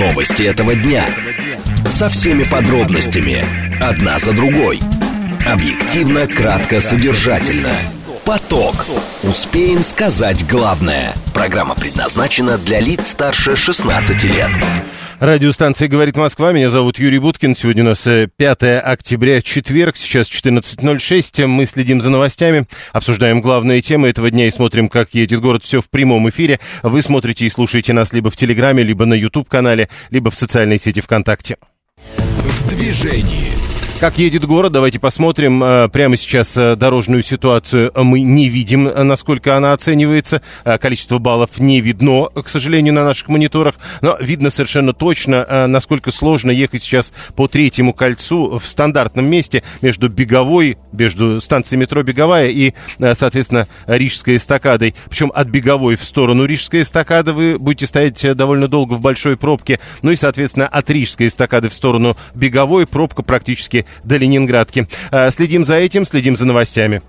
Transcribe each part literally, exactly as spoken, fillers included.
Новости этого дня. Со всеми подробностями. Одна за другой. Объективно, кратко, содержательно. Поток. Успеем сказать главное. Программа предназначена для лиц старше шестнадцати лет. Радиостанция «Говорит Москва». Меня зовут Юрий Буткин. Сегодня у нас пятое октября, четверг. Сейчас четырнадцать ноль шесть. Мы следим за новостями, обсуждаем главные темы этого дня и смотрим, как едет город. Все в прямом эфире. Вы смотрите и слушаете нас либо в Телеграме, либо на YouTube-канале, либо в социальной сети ВКонтакте. В движении. Как едет город, давайте посмотрим. Прямо сейчас дорожную ситуацию мы не видим, насколько она оценивается. Количество баллов не видно, к сожалению, на наших мониторах. Но видно совершенно точно, насколько сложно ехать сейчас по Третьему кольцу в стандартном месте между Беговой, между станцией метро Беговая и, соответственно, Рижской эстакадой. Причем от Беговой в сторону Рижской эстакады вы будете стоять довольно долго в большой пробке. Ну и, соответственно, от Рижской эстакады в сторону Беговой пробка практически до Ленинградки. Следим за этим, следим за новостями.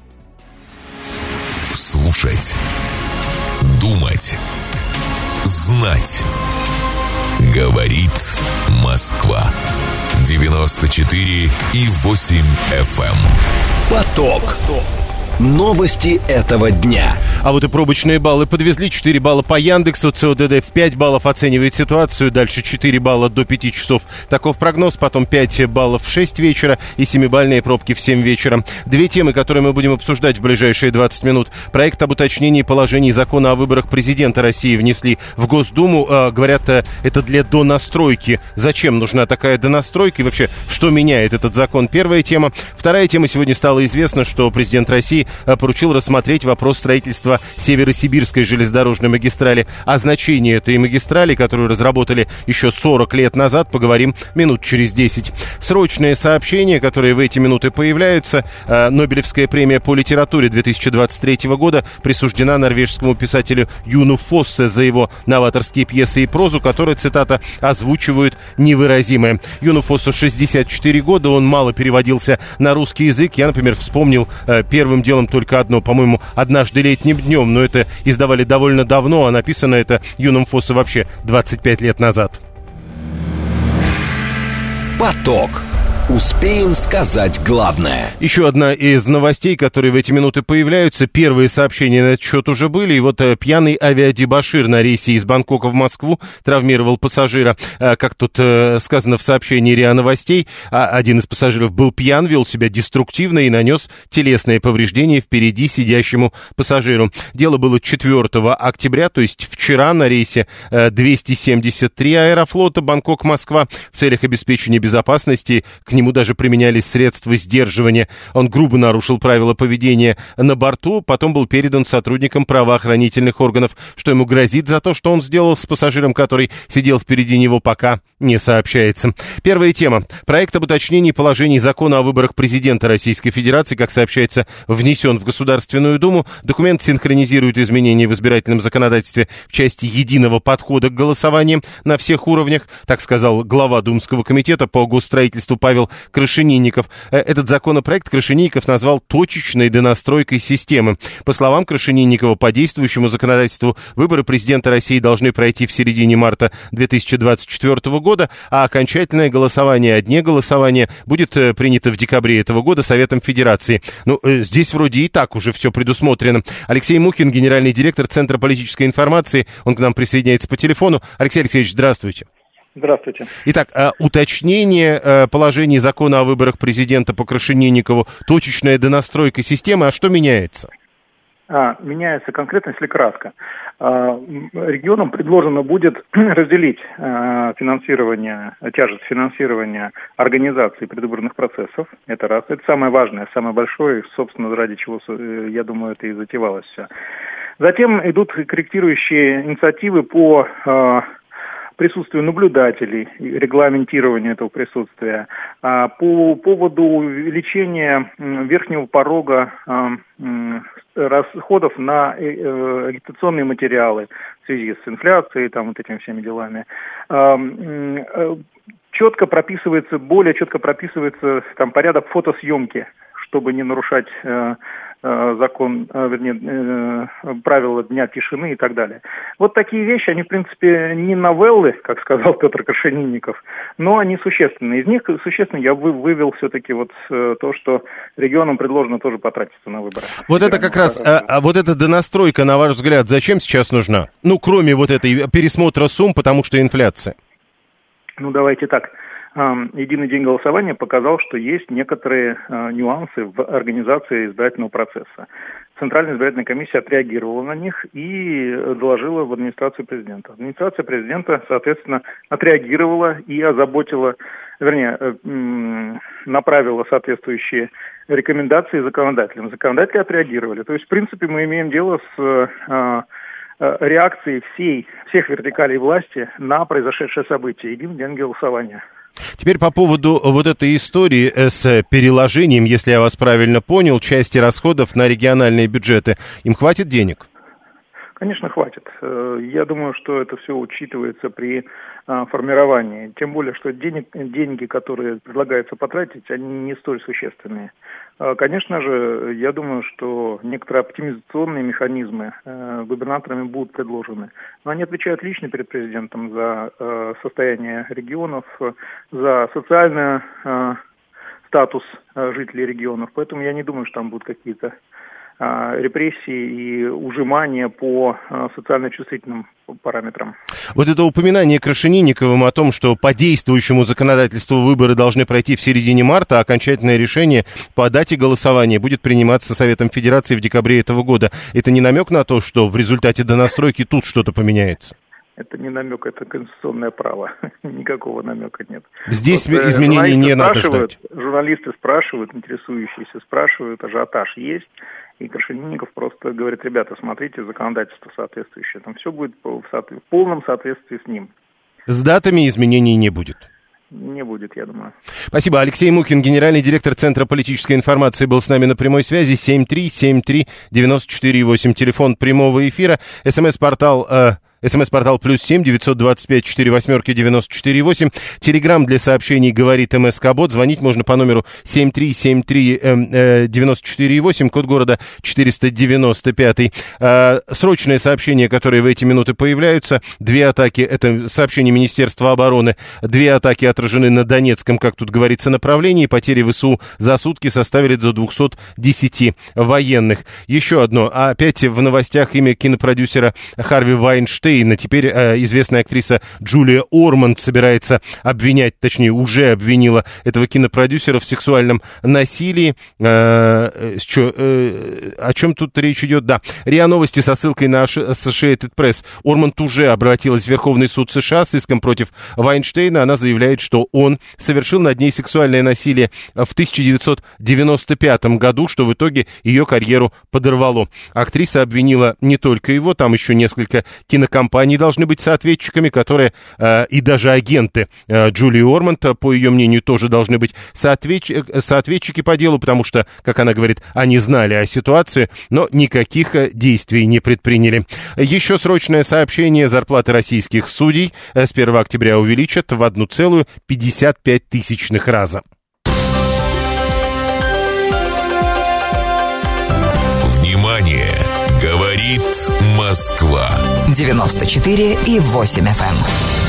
Слушать, думать, знать. Говорит Москва. девяносто четыре и восемь эф эм. Поток. Новости этого дня. А вот и пробочные баллы подвезли. четыре балла по Яндексу, ЦОДД в пять баллов оценивает ситуацию. Дальше четыре балла до пяти часов. Таков прогноз. Потом пять баллов в шесть вечера и семибалльные пробки в семь вечера. Две темы, которые мы будем обсуждать в ближайшие двадцать минут. Проект об уточнении положений закона о выборах президента России внесли в Госдуму. А, говорят, это для донастройки. Зачем нужна такая донастройка? И вообще, что меняет этот закон? Первая тема. Вторая тема. Сегодня стало известно, что президент России поручил рассмотреть вопрос строительства Северосибирской железнодорожной магистрали. О значении этой магистрали, которую разработали еще сорок лет назад, поговорим минут через десять. Срочное сообщение, которое в эти минуты появляются. Нобелевская премия по литературе две тысячи двадцать третьего года присуждена норвежскому писателю Юну Фоссе за его новаторские пьесы и прозу, которые, цитата, озвучивают невыразимое. Юну Фоссу шестьдесят четыре года, он мало переводился на русский язык. Я, например, вспомнил первым делом только одно, по-моему, «Однажды летним днем», но это издавали довольно давно, а написано это Юном Фоссом вообще двадцать пять лет назад. Поток. Успеем сказать главное. Еще одна из новостей, которые в эти минуты появляются. Первые сообщения на этот счет уже были. И вот э, пьяный авиадебошир на рейсе из Бангкока в Москву травмировал пассажира. Э, как тут э, сказано в сообщении РИА Новостей, а один из пассажиров был пьян, вел себя деструктивно и нанес телесные повреждения впереди сидящему пассажиру. Дело было четвёртого октября, то есть вчера на рейсе э, двести семьдесят три Аэрофлота Бангкок-Москва в целях обеспечения безопасности к К нему даже применялись средства сдерживания. Он грубо нарушил правила поведения на борту, потом был передан сотрудникам правоохранительных органов. Что ему грозит за то, что он сделал с пассажиром, который сидел впереди него, пока не сообщается. Первая тема. Проект об уточнении положений закона о выборах президента Российской Федерации, как сообщается, внесен в Государственную Думу. Документ синхронизирует изменения в избирательном законодательстве в части единого подхода к голосованиям на всех уровнях. Так сказал глава Думского комитета по госстроительству Павел Крашенинников. Этот законопроект Крашенинников назвал точечной донастройкой системы. По словам Крашенинникова, по действующему законодательству выборы президента России должны пройти в середине марта две тысячи двадцать четвёртого года, а окончательное голосование о дне голосования будет принято в декабре этого года Советом Федерации. Ну, здесь вроде и так уже все предусмотрено. Алексей Мухин, генеральный директор Центра политической информации, он к нам присоединяется по телефону. Алексей Алексеевич, здравствуйте. Здравствуйте. Итак, уточнение положений закона о выборах президента по Крашенинникову, точечная донастройка системы, а что меняется? А, меняется конкретно, если кратко. А, регионам предложено будет разделить а, финансирование, тяжесть финансирования организации предвыборных процессов. Это раз. Это самое важное, самое большое, собственно, ради чего, я думаю, это и затевалось все. Затем идут корректирующие инициативы по а, присутствию наблюдателей, регламентированию этого присутствия, по поводу увеличения верхнего порога расходов на агитационные материалы в связи с инфляцией, там, вот этими всеми делами. Четко прописывается, более четко прописывается там порядок фотосъемки, чтобы не нарушать закон, вернее, правила дня тишины и так далее. Вот такие вещи, они, в принципе, не новеллы, как сказал Петр Крашенинников, но они существенные. Из них существенно я вывел все-таки вот то, что регионам предложено тоже потратиться на выборы. Вот это как раз, а, а вот эта донастройка, на ваш взгляд, зачем сейчас нужна? Ну, кроме вот этой пересмотра сумм, потому что инфляция. Ну, давайте так. Единый день голосования показал, что есть некоторые э, нюансы в организации избирательного процесса. Центральная избирательная комиссия отреагировала на них и доложила в администрацию президента. Администрация президента, соответственно, отреагировала и озаботила, вернее, э, э, направила соответствующие рекомендации законодателям. Законодатели отреагировали. То есть, в принципе, мы имеем дело с э, э, реакцией всей, всех вертикалей власти на произошедшее событие. Единый день голосования. Теперь по поводу вот этой истории с переложением, если я вас правильно понял, части расходов на региональные бюджеты. Им хватит денег? Конечно, хватит. Я думаю, что это все учитывается при формировании. Тем более, что денег, деньги, которые предлагается потратить, они не столь существенные. Конечно же, я думаю, что некоторые оптимизационные механизмы губернаторами будут предложены. Но они отвечают лично перед президентом за состояние регионов, за социальный статус жителей регионов. Поэтому я не думаю, что там будут какие-то репрессии и ужимания по социально чувствительным параметрам. Вот это упоминание Крашенинниковым о том, что по действующему законодательству выборы должны пройти в середине марта, а окончательное решение по дате голосования будет приниматься Советом Федерации в декабре этого года. Это не намек на то, что в результате донастройки тут что-то поменяется? Это не намек, это конституционное право. Никакого намека нет. Здесь вот, изменений не надо ждать. Журналисты спрашивают, интересующиеся спрашивают, ажиотаж есть. И Крашенинников просто говорит: ребята, смотрите, законодательство соответствующее. Там все будет в, соответ... в полном соответствии с ним. С датами изменений не будет? Не будет, я думаю. Спасибо. Алексей Мухин, генеральный директор Центра политической информации, был с нами на прямой связи. семь три семь три девять четыре восемь, телефон прямого эфира. СМС-портал... Э... СМС-портал плюс семь девятьсот двадцать пять четыре восьмерки девяносто четыре восемь. Телеграмм для сообщений говорит МСК-бот. Звонить можно по номеру семь три семь три девять четыре восемь, код города четыреста девяносто пять. А, срочное сообщение, которые в эти минуты появляются. Две атаки, это сообщение Министерства обороны. Две атаки отражены на Донецком, как тут говорится, направлении. Потери ВСУ за сутки составили до двухсот десяти военных. Еще одно. Опять в новостях имя кинопродюсера Харви Вайнштейна. Теперь э, известная актриса Джулия Орманд собирается обвинять, точнее, уже обвинила этого кинопродюсера в сексуальном насилии. Э, чё, э, о чем тут речь идет? Да, РИА Новости со ссылкой на Associated Press. Орманд уже обратилась в Верховный суд США с иском против Вайнштейна. Она заявляет, что он совершил над ней сексуальное насилие в тысяча девятьсот девяносто пятом году, что в итоге ее карьеру подорвало. Актриса обвинила не только его, там еще несколько кинокомпаний. Компании должны быть соответчиками, которые э, и даже агенты э, Джулии Орманд, по ее мнению, тоже должны быть соответч... соответчики по делу, потому что, как она говорит, они знали о ситуации, но никаких действий не предприняли. Еще срочное сообщение: зарплаты российских судей с первого октября увеличат в одна целая пятьдесят пять тысячных раза. Внимание! Говорит Москва. девяносто четыре и восемь эф эм.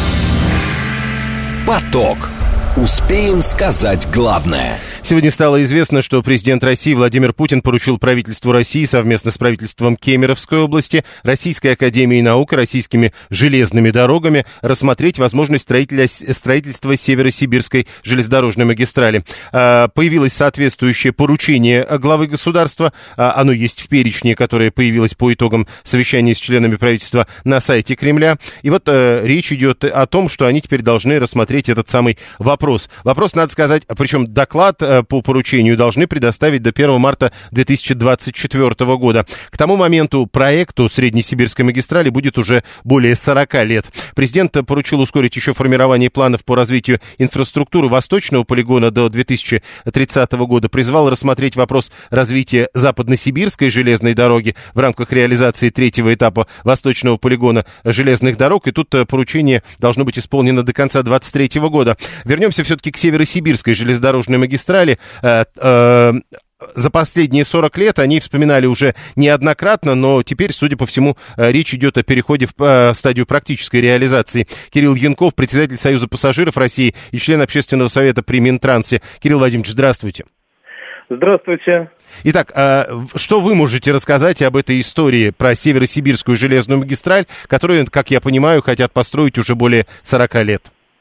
Поток. Успеем сказать главное. Сегодня стало известно, что президент России Владимир Путин поручил правительству России совместно с правительством Кемеровской области, Российской академией наук, российскими железными дорогами рассмотреть возможность строительства Северо-Сибирской железнодорожной магистрали. Появилось соответствующее поручение главы государства. Оно есть в перечне, которое появилось по итогам совещания с членами правительства на сайте Кремля. И вот речь идет о том, что они теперь должны рассмотреть этот самый вопрос. Вопрос, надо сказать, причем доклад по поручению должны предоставить до первого марта две тысячи двадцать четвёртого года. К тому моменту проекту Среднесибирской магистрали будет уже более сорока лет. Президент поручил ускорить еще формирование планов по развитию инфраструктуры Восточного полигона до две тысячи тридцатого года. Призвал рассмотреть вопрос развития Западносибирской железной дороги в рамках реализации третьего этапа Восточного полигона железных дорог. И тут поручение должно быть исполнено до конца двадцать третьего года. Вернемся все-таки к Северо-Сибирской железнодорожной магистрали. за последние сорок лет они вспоминали уже неоднократно, но теперь, судя по всему, речь идет о переходе в стадию практической реализации. Кирилл Янков, председатель Союза пассажиров России и член Общественного совета при Минтрансе. Кирилл Владимирович, здравствуйте. Здравствуйте. Итак, что вы можете рассказать об этой истории про Северо-Сибирскую железную магистраль, которую, как я понимаю, хотят построить уже более сорока лет?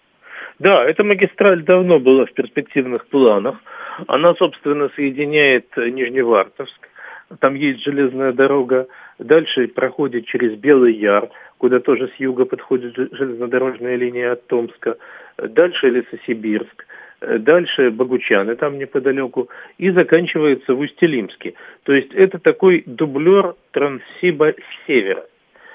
Да, эта магистраль давно была в перспективных планах. Она, собственно, соединяет Нижневартовск. Там есть железная дорога. Дальше проходит через Белый Яр, куда тоже с юга подходит железнодорожная линия от Томска. Дальше Лесосибирск. Дальше Богучаны, там неподалеку, и заканчивается в Усть-Илимске. То есть это такой дублер Транссиба с севера.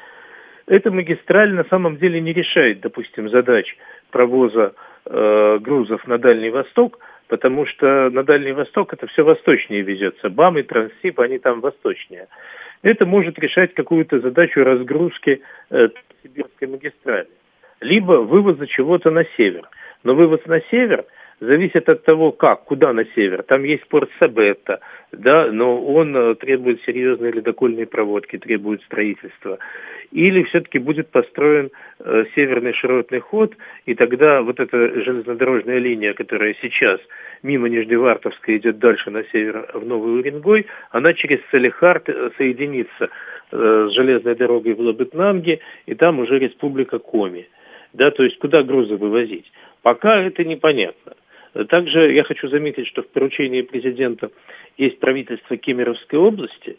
Эта магистраль на самом деле не решает, допустим, задач провоза э, грузов на Дальний Восток, потому что на Дальний Восток это все восточнее везется. БАМ и Транссиб, они там восточнее. Это может решать какую-то задачу разгрузки э, Сибирской магистрали. Либо вывоза чего-то на север. Но вывоз на север зависит от того, как, куда на север. Там есть порт Сабетта, да, но он э, требует серьезной ледокольной проводки, требует строительства. Или все-таки будет построен э, северный широтный ход, и тогда вот эта железнодорожная линия, которая сейчас мимо Нижневартовска идет дальше на север в Новый Уренгой, она через Салехард соединится э, с железной дорогой в Лабытнанге, и там уже республика Коми. Да, то есть куда грузы вывозить? Пока это непонятно. Также я хочу заметить, что в поручении президента есть правительство Кемеровской области.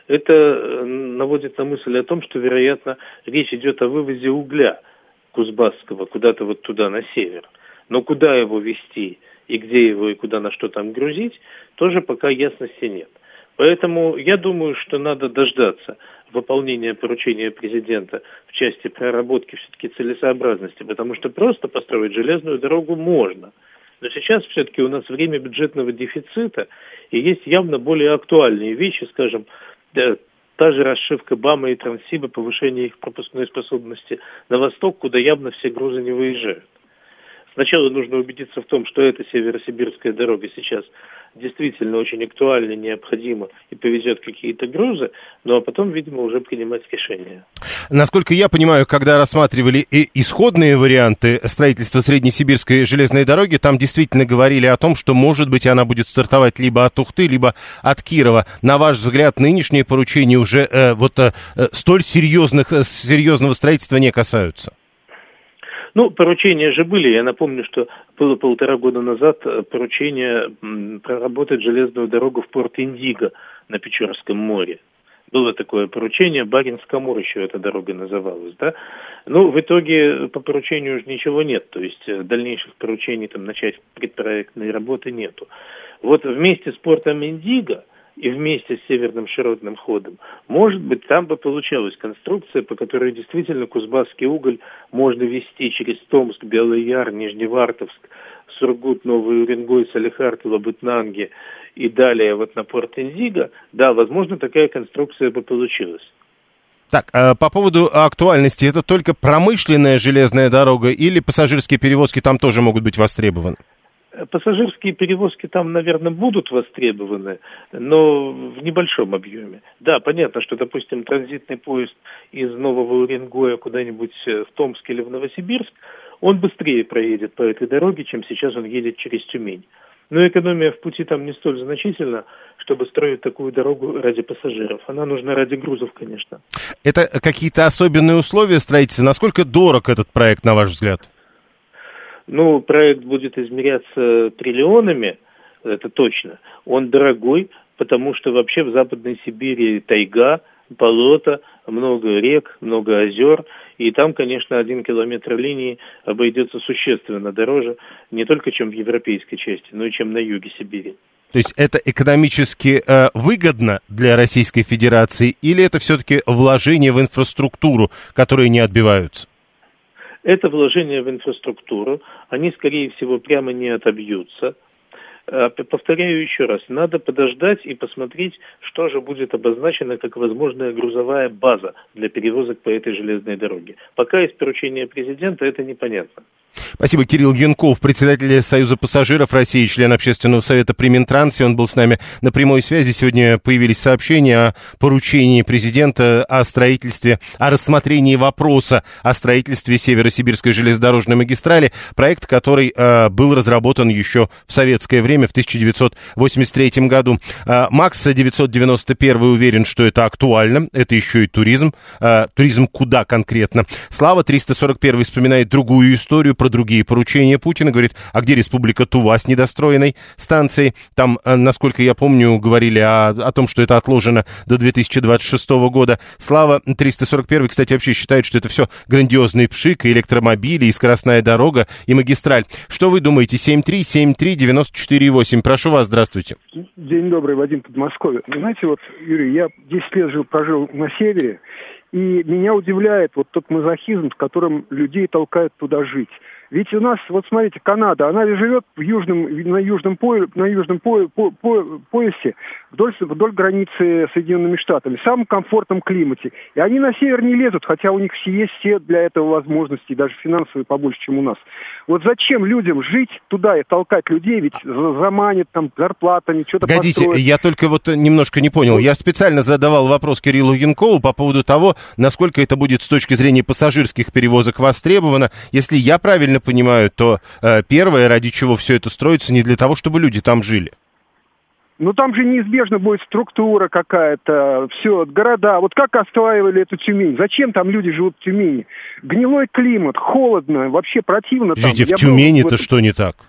Это наводит на мысль о том, что, вероятно, речь идет о вывозе угля кузбасского куда-то вот туда, на север. Но куда его везти и где его и куда на что там грузить, тоже пока ясности нет. Поэтому я думаю, что надо дождаться выполнения поручения президента в части проработки все-таки целесообразности, потому что просто построить железную дорогу можно. Но сейчас все-таки у нас время бюджетного дефицита, и есть явно более актуальные вещи, скажем, да, та же расшивка БАМа и Транссиба, повышение их пропускной способности на восток, куда явно все грузы не выезжают. Сначала нужно убедиться в том, что эта северо-сибирская дорога сейчас действительно очень актуальна, необходима и повезет какие-то грузы, ну а потом, видимо, уже принимать решения. Насколько я понимаю, когда рассматривали и исходные варианты строительства Среднесибирской железной дороги, там действительно говорили о том, что, может быть, она будет стартовать либо от Ухты, либо от Кирова. На ваш взгляд, нынешние поручения уже э, вот э, столь серьезных, э, серьезного строительства не касаются? Ну, поручения же были. Я напомню, что было полтора года назад поручение проработать железную дорогу в порт Индиго на Печорском море. Было такое поручение, Баренц-Камур еще эта дорога называлась, да. Ну, в итоге по поручению уже ничего нет, то есть дальнейших поручений там начать предпроектные работы нету. Вот вместе с портом Индиго и вместе с северным широтным ходом, может быть, там бы получалась конструкция, по которой действительно кузбасский уголь можно везти через Томск, Белый Яр, Нижневартовск, Сургут, Новый Уренгой, Салехард, Лабытнанги и далее вот на порт Индиго. Да, возможно, такая конструкция бы получилась. Так, а по поводу актуальности, это только промышленная железная дорога или пассажирские перевозки там тоже могут быть востребованы? Пассажирские перевозки там, наверное, будут востребованы, но в небольшом объеме. Да, понятно, что, допустим, транзитный поезд из Нового Уренгоя куда-нибудь в Томск или в Новосибирск, он быстрее проедет по этой дороге, чем сейчас он едет через Тюмень. Но экономия в пути там не столь значительна, чтобы строить такую дорогу ради пассажиров. Она нужна ради грузов, конечно. Это какие-то особенные условия строительства? Насколько дорог этот проект, на ваш взгляд? Ну, проект будет измеряться триллионами, это точно. Он дорогой, потому что вообще в Западной Сибири тайга, болото, много рек, много озер. И там, конечно, один километр линии обойдется существенно дороже, не только чем в европейской части, но и чем на юге Сибири. То есть это экономически э, выгодно для Российской Федерации или это все-таки вложение в инфраструктуру, которые не отбиваются? Это вложения в инфраструктуру, они, скорее всего, прямо не отобьются. Повторяю еще раз, надо подождать и посмотреть, что же будет обозначено как возможная грузовая база для перевозок по этой железной дороге. Пока из поручения президента это непонятно. Спасибо. Кирилл Янков, председатель Союза пассажиров России, член Общественного совета при Минтрансе. Он был с нами на прямой связи. Сегодня появились сообщения о поручении президента о строительстве, о рассмотрении вопроса о строительстве Северо-Сибирской железнодорожной магистрали. Проект, который э, был разработан еще в советское время, в тысяча девятьсот восемьдесят третьем году. Э, Макс девятьсот девяносто первый уверен, что это актуально. Это еще и туризм. Э, туризм куда конкретно? Слава триста сорок первый вспоминает другую историю про другие поручения Путина, говорит, а где республика Тува с недостроенной станцией? Там, насколько я помню, говорили о, о том, что это отложено до две тысячи двадцать шестого года. Слава триста сорок первый, кстати, вообще считает, что это все грандиозный пшик, и электромобили, и скоростная дорога, и магистраль. Что вы думаете? семь три семь три девять четыре восемь. Прошу вас, здравствуйте. День добрый, Вадим, Подмосковье. Знаете, вот, Юрий, я десять лет жил, прожил на севере, и меня удивляет вот тот мазохизм, с которым людей толкают туда жить. Ведь у нас, вот смотрите, Канада, она живет в южном, на южном, по, на южном по, по, по, поясе вдоль, вдоль границы с Соединенными Штатами, в самом комфортном климате. И они на север не лезут, хотя у них есть все для этого возможности, даже финансовые побольше, чем у нас. Вот зачем людям жить туда и толкать людей, ведь заманят там зарплатами, что-то Погодите, построят. Я только вот немножко не понял. Я специально задавал вопрос Кириллу Янкову по поводу того, насколько это будет с точки зрения пассажирских перевозок востребовано. Если я правильно понимаю, то э, первое, ради чего все это строится, не для того, чтобы люди там жили. Ну, там же неизбежно будет структура какая-то, все, города. Вот как осваивали эту Тюмень? Зачем там люди живут в Тюмени? Гнилой климат, холодно, вообще противно. Подождите, там. в Тюмени-то что не так?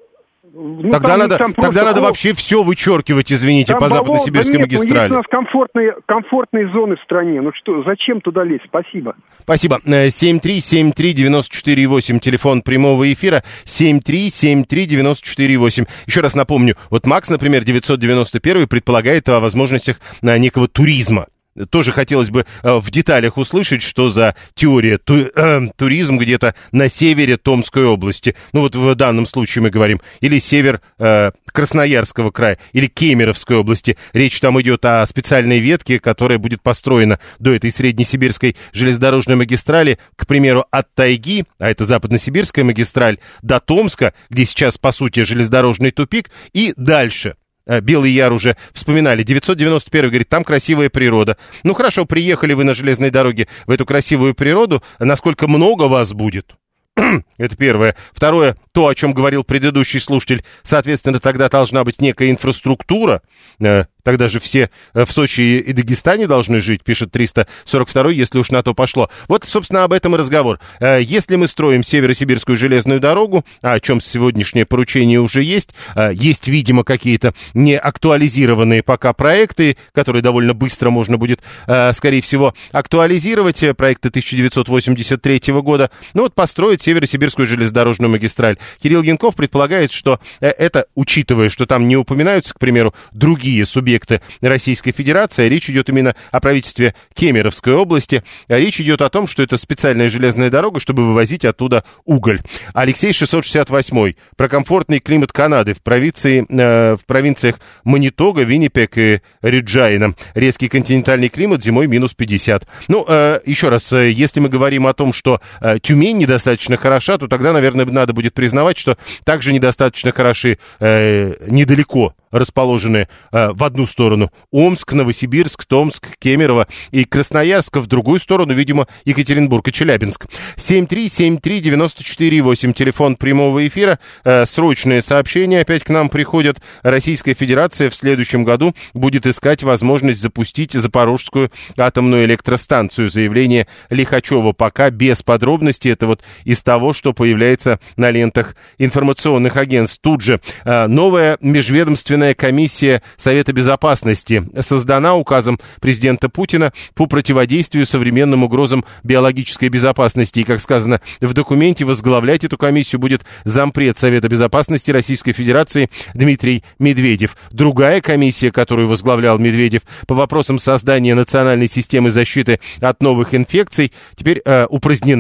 Ну, тогда там, надо, там тогда надо хол... вообще все вычеркивать, извините, там по болото, западно-сибирской да нет, магистрали. Ну, есть у нас комфортные, комфортные зоны в стране. Ну что, зачем туда лезть? Спасибо. Спасибо. семь три семь три девять четыре восемь, телефон прямого эфира, семь три семь три девять четыре восемь. Еще раз напомню, вот Макс, например, девятьсот девяносто первый предполагает о возможностях некого туризма. Тоже хотелось бы э, в деталях услышать, что за теория ту, э, туризм где-то на севере Томской области. Ну вот в данном случае мы говорим. Или север э, Красноярского края, или Кемеровской области. Речь там идет о специальной ветке, которая будет построена до этой среднесибирской железнодорожной магистрали, к примеру, от Тайги, а это западносибирская магистраль, до Томска, где сейчас, по сути, железнодорожный тупик, и дальше. Белый Яр уже вспоминали. девятьсот девяносто первый говорит, там красивая природа. Ну хорошо, приехали вы на железной дороге в эту красивую природу. Насколько много вас будет? Это первое. Второе, то, о чем говорил предыдущий слушатель, соответственно, тогда должна быть некая инфраструктура. Тогда же все в Сочи и Дагестане должны жить, пишет триста сорок второй, если уж на то пошло. Вот, собственно, об этом и разговор. Если мы строим Северо-Сибирскую железную дорогу, о чем сегодняшнее поручение уже есть, есть, видимо, какие-то не актуализированные пока проекты, которые довольно быстро можно будет, скорее всего, актуализировать. Проекты тысяча девятьсот восемьдесят третьего года. Ну вот построить Северо-Сибирскую железнодорожную магистраль. Кирилл Янков предполагает, что это, учитывая, что там не упоминаются, к примеру, другие субъекты Российской Федерации, речь идет именно о правительстве Кемеровской области, речь идет о том, что это специальная железная дорога, чтобы вывозить оттуда уголь. Алексей шестьсот шестьдесят восьмой про комфортный климат Канады в, провинции, э, в провинциях Манитога, Виннипег и Реджайна. Резкий континентальный климат, зимой минус пятьдесят. Ну, э, еще раз, э, если мы говорим о том, что э, Тюмень недостаточно хороша, то тогда, наверное, надо будет признавать, что также недостаточно хороши э, недалеко расположенные э, в одну сторону Омск, Новосибирск, Томск, Кемерово и Красноярск, в другую сторону, видимо, Екатеринбург и Челябинск. семь три семь три девять четыре восемь, телефон прямого эфира. Э, срочные сообщения опять к нам приходят. Российская Федерация в следующем году будет искать возможность запустить Запорожскую атомную электростанцию. Заявление Лихачева пока без подробностей. Это вот из того, что появляется на лентах информационных агентств. Тут же э, новая межведомственная комиссия Совета Безопасности создана указом президента Путина по противодействию современным угрозам биологической безопасности. И, как сказано в документе, возглавлять эту комиссию будет зампред Совета Безопасности Российской Федерации Дмитрий Медведев. Другая комиссия, которую возглавлял Медведев по вопросам создания национальной системы защиты от новых инфекций, теперь э, упразднена.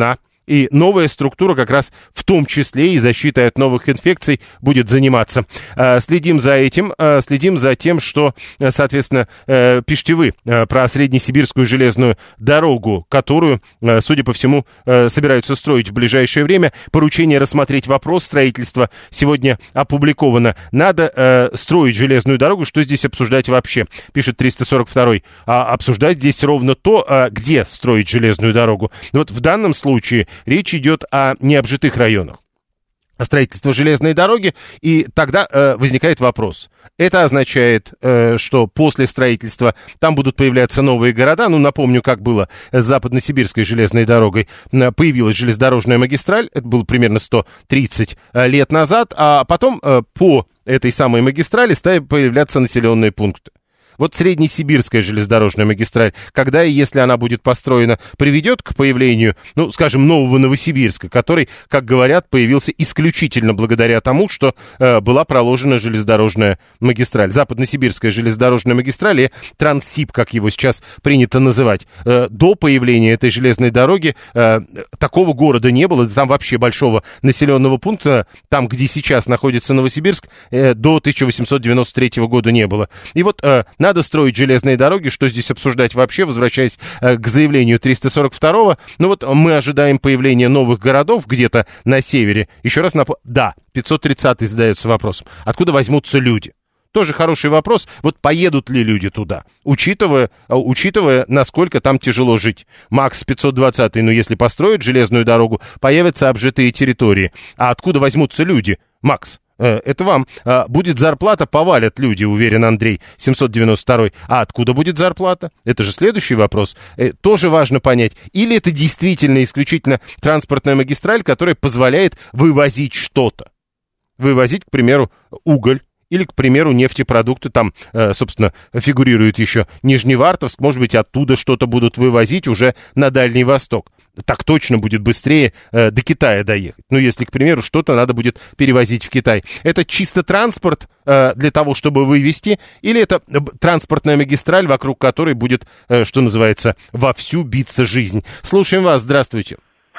И новая структура как раз в том числе и защитой от новых инфекций будет заниматься. Следим за этим, следим за тем, что, соответственно, пишите вы про Среднесибирскую железную дорогу, которую, судя по всему, собираются строить в ближайшее время. Поручение рассмотреть вопрос строительства сегодня опубликовано. Надо строить железную дорогу, что здесь обсуждать вообще, пишет триста сорок второй. А обсуждать здесь ровно то, где строить железную дорогу. Вот в данном случае речь идет о необжитых районах. Строительство железной дороги, и тогда э, возникает вопрос. Это означает, э, что после строительства там будут появляться новые города. Ну, напомню, как было с Западносибирской железной дорогой. Появилась железнодорожная магистраль, это было примерно сто тридцать лет назад, а потом э, по этой самой магистрали стали появляться населенные пункты. Вот Среднесибирская железнодорожная магистраль, когда и если она будет построена, приведет к появлению, ну, скажем, нового Новосибирска, который, как говорят, появился исключительно благодаря тому, что э, была проложена железнодорожная магистраль. Западносибирская железнодорожная магистраль, и Транссиб, как его сейчас принято называть. Э, до появления этой железной дороги э, такого города не было, там вообще большого населенного пункта, там, где сейчас находится Новосибирск, э, до тысяча восемьсот девяносто третьего года не было. И вот э, надо строить железные дороги, что здесь обсуждать вообще, возвращаясь э, к заявлению триста сорок второго. Ну вот мы ожидаем появления новых городов где-то на севере. Еще раз напомню, да, пятьсот тридцатый задается вопросом, откуда возьмутся люди? Тоже хороший вопрос. Вот поедут ли люди туда, учитывая, учитывая, насколько там тяжело жить. Макс пятьсот двадцатый, ну если построят железную дорогу, появятся обжитые территории. А откуда возьмутся люди, Макс? Это вам. Будет зарплата, повалят люди, уверен Андрей, семьсот девяносто второй. А откуда будет зарплата? Это же следующий вопрос. Тоже важно понять. Или это действительно исключительно транспортная магистраль, которая позволяет вывозить что-то. Вывозить, к примеру, уголь. Или, к примеру, нефтепродукты, там, э, собственно, фигурирует еще Нижневартовск, может быть, оттуда что-то будут вывозить уже на Дальний Восток. Так точно будет быстрее э, до Китая доехать. Ну, если, к примеру, что-то надо будет перевозить в Китай. Это чисто транспорт э, для того, чтобы вывезти, или это транспортная магистраль, вокруг которой будет, э, что называется, вовсю биться жизнь. Слушаем вас, здравствуйте.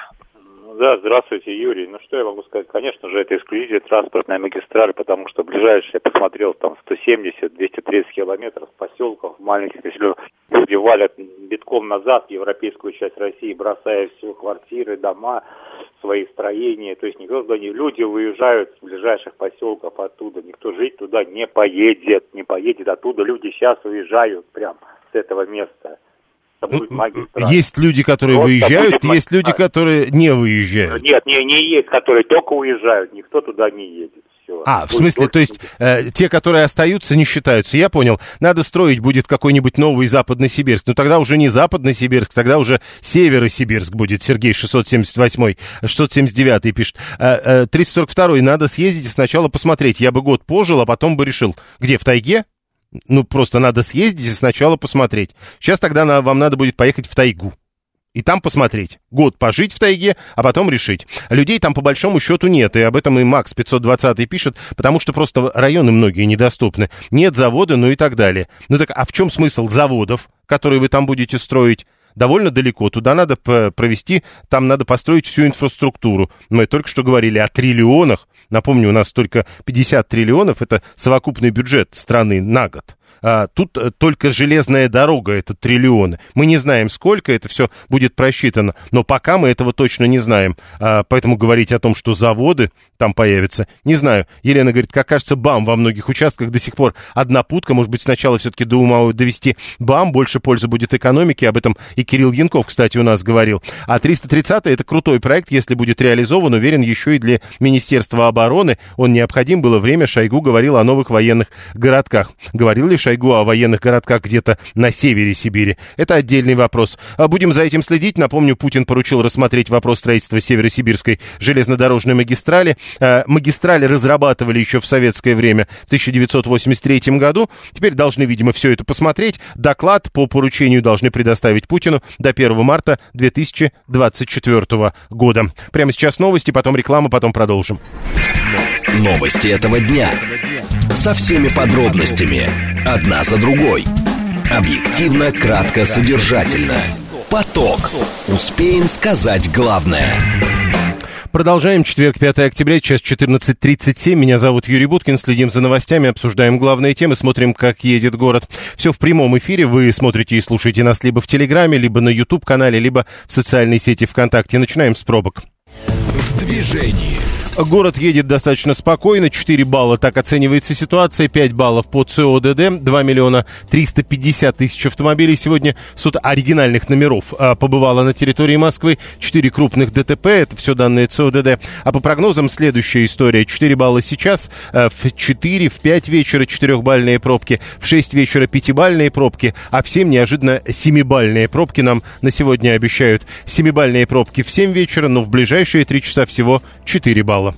Да, здравствуйте, Юрий. Ну, что я могу сказать? Конечно же, это исключительно транспортная магистраль, потому что ближайшие, я посмотрел, там сто семьдесят - двести тридцать километров поселков, маленьких населенных. Люди валят битком назад в европейскую часть России, бросая все, квартиры, дома, свои строения. То есть никто туда не... Люди выезжают с ближайших поселков оттуда. Никто жить туда не поедет, не поедет. Оттуда люди сейчас уезжают прям с этого места. Есть люди, которые вот, выезжают, есть люди, которые не выезжают. Нет, не, не есть, которые только уезжают, никто туда не едет. Все. А, в смысле, то есть э, те, которые остаются, не считаются. Я понял. Надо строить будет какой-нибудь новый Западносибирск. Но тогда уже не Западносибирск, тогда уже Северосибирск будет. Сергей шестьсот семьдесят восьмой, шестьсот семьдесят девятый пишет. Э, э, триста сорок второй. Надо съездить и сначала посмотреть. Я бы год пожил, а потом бы решил. Где, в тайге? Ну, просто надо съездить и сначала посмотреть. Сейчас тогда на, вам надо будет поехать в тайгу. И там посмотреть. Год пожить в тайге, а потом решить. Людей там по большому счету нет. И об этом и Макс пятьсот двадцатый пишет, потому что просто районы многие недоступны. Нет завода, ну и так далее. Ну так, а в чем смысл заводов, которые вы там будете строить? Довольно далеко. Туда надо провести, там надо построить всю инфраструктуру. Мы только что говорили о триллионах. Напомню, у нас только пятьдесят триллионов, это совокупный бюджет страны на год. А тут только железная дорога, это триллионы. Мы не знаем, сколько это все будет просчитано, но пока мы этого точно не знаем. А, поэтому говорить о том, что заводы там появятся, не знаю. Елена говорит, как кажется, БАМ во многих участках до сих пор одна путка. Может быть, сначала все-таки до ума довести БАМ, больше пользы будет экономике. Об этом и Кирилл Янков, кстати, у нас говорил. А триста тридцатый это крутой проект, если будет реализован, уверен, еще и для Министерства обороны. Он необходим, было время, Шойгу говорил о новых военных городках. Говорил ли Шойгу о военных городках где-то на севере Сибири? Это отдельный вопрос. Будем за этим следить. Напомню, Путин поручил рассмотреть вопрос строительства Северосибирской железнодорожной магистрали. Магистрали разрабатывали еще в советское время, в тысяча девятьсот восемьдесят третьем году. Теперь должны, видимо, все это посмотреть. Доклад по поручению должны предоставить Путину до первого марта две тысячи двадцать четвёртого года. Прямо сейчас новости, потом реклама, потом продолжим. Новости этого дня. Со всеми подробностями. Одна за другой. Объективно, кратко, содержательно. Поток. Успеем сказать главное. Продолжаем. Четверг, пятое октября, сейчас четырнадцать тридцать семь. Меня зовут Юрий Буткин. Следим за новостями, обсуждаем главные темы, смотрим, как едет город. Все в прямом эфире. Вы смотрите и слушаете нас либо в Телеграме, либо на YouTube-канале, либо в социальной сети ВКонтакте. Начинаем с пробок. В движении. Город едет достаточно спокойно, четыре балла, так оценивается ситуация, пять баллов по ЦОДД, два миллиона триста пятьдесят тысяч автомобилей. Сегодня суд оригинальных номеров а, побывало на территории Москвы, четыре крупных ДТП, это все данные ЦОДД. А по прогнозам следующая история, четыре балла сейчас, а, в четыре, в пять вечера четырехбальные пробки, в шесть вечера пятибальные пробки, а в семь неожиданно семибальные пробки нам на сегодня обещают. Семибальные пробки в семь вечера, но в ближайшие три часа всего четыре балла.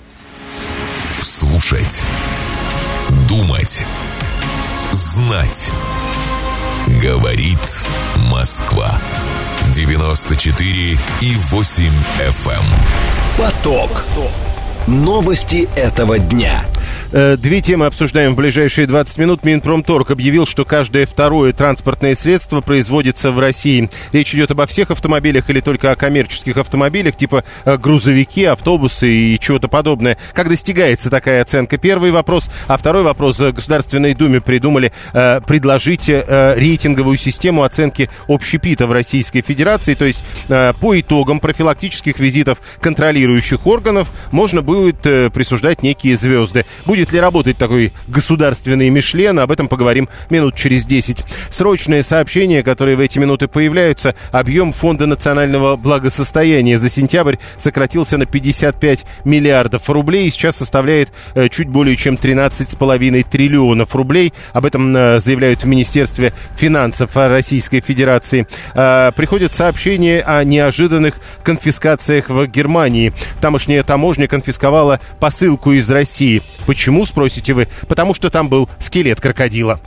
Слушать, думать, знать. Говорит Москва. девяносто четыре и восемь эф эм. Поток. Новости этого дня. Две темы обсуждаем в ближайшие двадцать минут. Минпромторг объявил, что каждое второе транспортное средство производится в России. Речь идет обо всех автомобилях или только о коммерческих автомобилях, типа грузовики, автобусы и чего-то подобное. Как достигается такая оценка? Первый вопрос. А второй вопрос. В Государственной Думе придумали э, предложить э, рейтинговую систему оценки общепита в Российской Федерации. То есть э, по итогам профилактических визитов контролирующих органов можно будет э, присуждать некие звезды. Будет ли работать такой государственный Мишлен? Об этом поговорим минут через десять. Срочное сообщение, которое в эти минуты появляются. Объем Фонда национального благосостояния за сентябрь сократился на пятьдесят пять миллиардов рублей. И сейчас составляет э, чуть более чем тринадцать с половиной триллионов рублей. Об этом э, заявляют в Министерстве финансов Российской Федерации. Э, приходят сообщения о неожиданных конфискациях в Германии. Тамошняя таможня конфисковала посылку из России. Почему, спросите вы? Потому что там был скелет крокодила.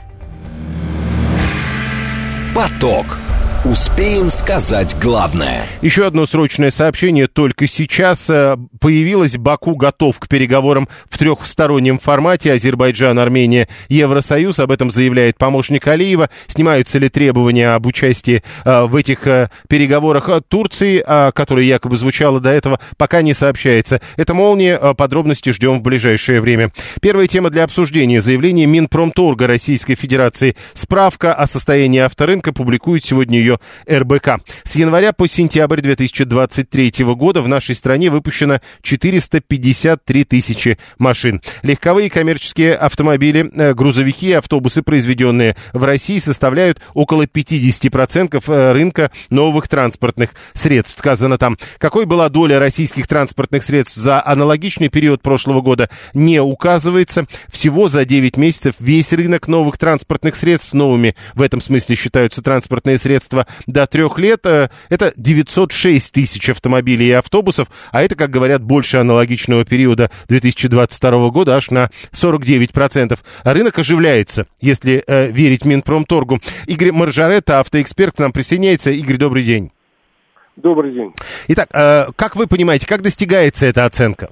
Поток. Успеем сказать главное. Еще одно срочное сообщение только сейчас появилось. Баку готов к переговорам в трехстороннем формате. Азербайджан, Армения, Евросоюз. Об этом заявляет помощник Алиева. Снимаются ли требования об участии в этих переговорах Турции, которая якобы звучала до этого, пока не сообщается. Это молния. Подробности ждем в ближайшее время. Первая тема для обсуждения. Заявление Минпромторга Российской Федерации. Справка о состоянии авторынка публикует сегодня ее эр бэ ка. С января по сентябрь две тысячи двадцать третьего года в нашей стране выпущено четыреста пятьдесят три тысячи машин. Легковые коммерческие автомобили, грузовики и автобусы, произведенные в России, составляют около пятьдесят процентов рынка новых транспортных средств. Сказано там, какой была доля российских транспортных средств за аналогичный период прошлого года, не указывается. Всего за девять месяцев весь рынок новых транспортных средств, новыми в этом смысле считаются транспортные средства до трех лет, это девятьсот шесть тысяч автомобилей и автобусов, а это, как говорят, больше аналогичного периода две тысячи двадцать второго года, аж на сорок девять процентов. Рынок оживляется, если э, верить Минпромторгу. Игорь Маржаретта, автоэксперт, к нам присоединяется. Игорь, добрый день. Добрый день. Итак, э, как вы понимаете, как достигается эта оценка?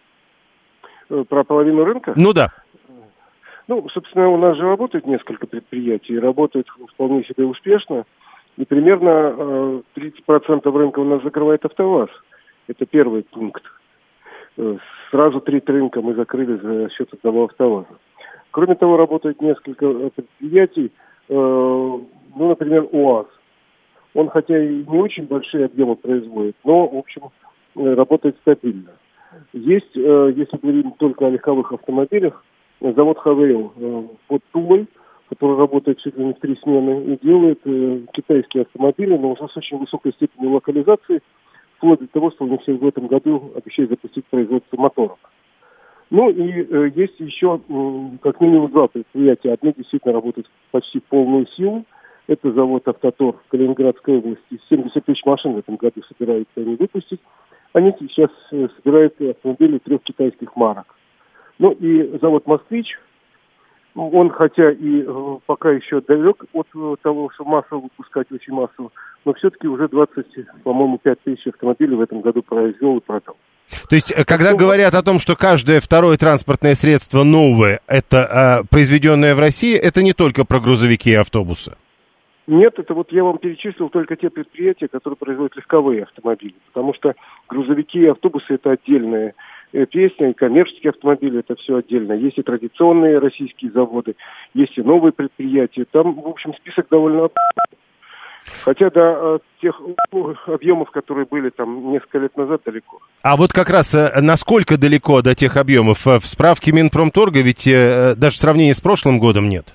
Про половину рынка? Ну да. Ну, собственно, у нас же работает несколько предприятий, работают вполне себе успешно. И примерно э, тридцать процентов рынка у нас закрывает АвтоВАЗ. Это первый пункт. Э, сразу треть рынка мы закрыли за счет одного АвтоВАЗа. Кроме того, работает несколько предприятий. Э, ну, например, УАЗ. Он хотя и не очень большие объемы производит, но, в общем, э, работает стабильно. Есть, э, если говорим только о легковых автомобилях, завод ХВЛ э, под Тулой, который работает чуть ли не в три смены и делает э, китайские автомобили, но уже с очень высокой степенью локализации, вплоть до того, что у них в этом году обещают запустить производство моторов. Ну и э, есть еще э, как минимум два предприятия. Одно действительно работает почти в полную силу. Это завод «Автотор» в Калининградской области. семьдесят тысяч машин в этом году собираются они выпустить. Они сейчас э, собирают автомобили трех китайских марок. Ну и завод «Москвич», он хотя и э, пока еще далек от э, того, что массово выпускать, очень массово, но все-таки уже двадцать, по-моему, пять тысяч автомобилей в этом году произвел и продал. То есть, когда ну, говорят о том, что каждое второе транспортное средство новое, это э, произведенное в России, это не только про грузовики и автобусы? Нет, это вот я вам перечислил только те предприятия, которые производят легковые автомобили, потому что грузовики и автобусы – это отдельная песня, и коммерческие автомобили – это все отдельно. Есть и традиционные российские заводы, есть и новые предприятия. Там, в общем, список довольно обширный. Хотя до тех объемов, которые были там несколько лет назад, далеко. А вот как раз насколько далеко до тех объемов? В справке Минпромторга ведь даже сравнения с прошлым годом нет.